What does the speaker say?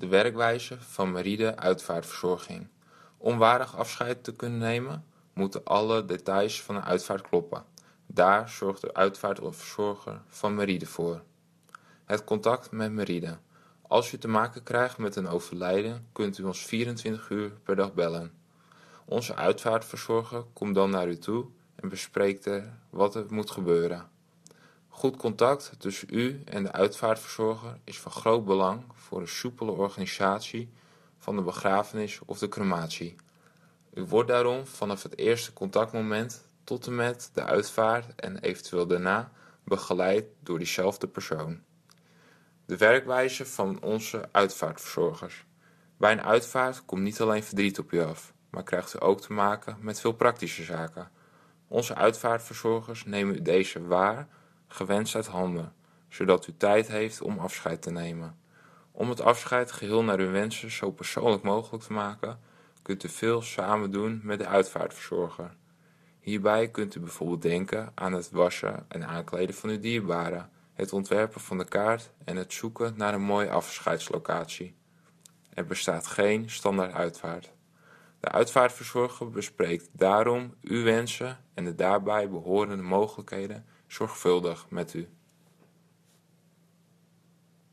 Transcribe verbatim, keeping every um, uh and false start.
de werkwijze van Meride uitvaartverzorging. Om waardig afscheid te kunnen nemen, moeten alle details van de uitvaart kloppen. Daar zorgt de uitvaartverzorger van Meride voor. Het contact met Meride. Als u te maken krijgt met een overlijden, kunt u ons vierentwintig uur per dag bellen. Onze uitvaartverzorger komt dan naar u toe en bespreekt er wat er moet gebeuren. Goed contact tussen u en de uitvaartverzorger is van groot belang voor een soepele organisatie van de begrafenis of de crematie. U wordt daarom vanaf het eerste contactmoment tot en met de uitvaart en eventueel daarna begeleid door diezelfde persoon. De werkwijze van onze uitvaartverzorgers. Bij een uitvaart komt niet alleen verdriet op u af, maar krijgt u ook te maken met veel praktische zaken. Onze uitvaartverzorgers nemen u deze waar, gewenst uit handen, zodat u tijd heeft om afscheid te nemen. Om het afscheid geheel naar uw wensen zo persoonlijk mogelijk te maken, kunt u veel samen doen met de uitvaartverzorger. Hierbij kunt u bijvoorbeeld denken aan het wassen en aankleden van uw dierbaren, het ontwerpen van de kaart en het zoeken naar een mooie afscheidslocatie. Er bestaat geen standaard uitvaart. De uitvaartverzorger bespreekt daarom uw wensen en de daarbij behorende mogelijkheden zorgvuldig met u.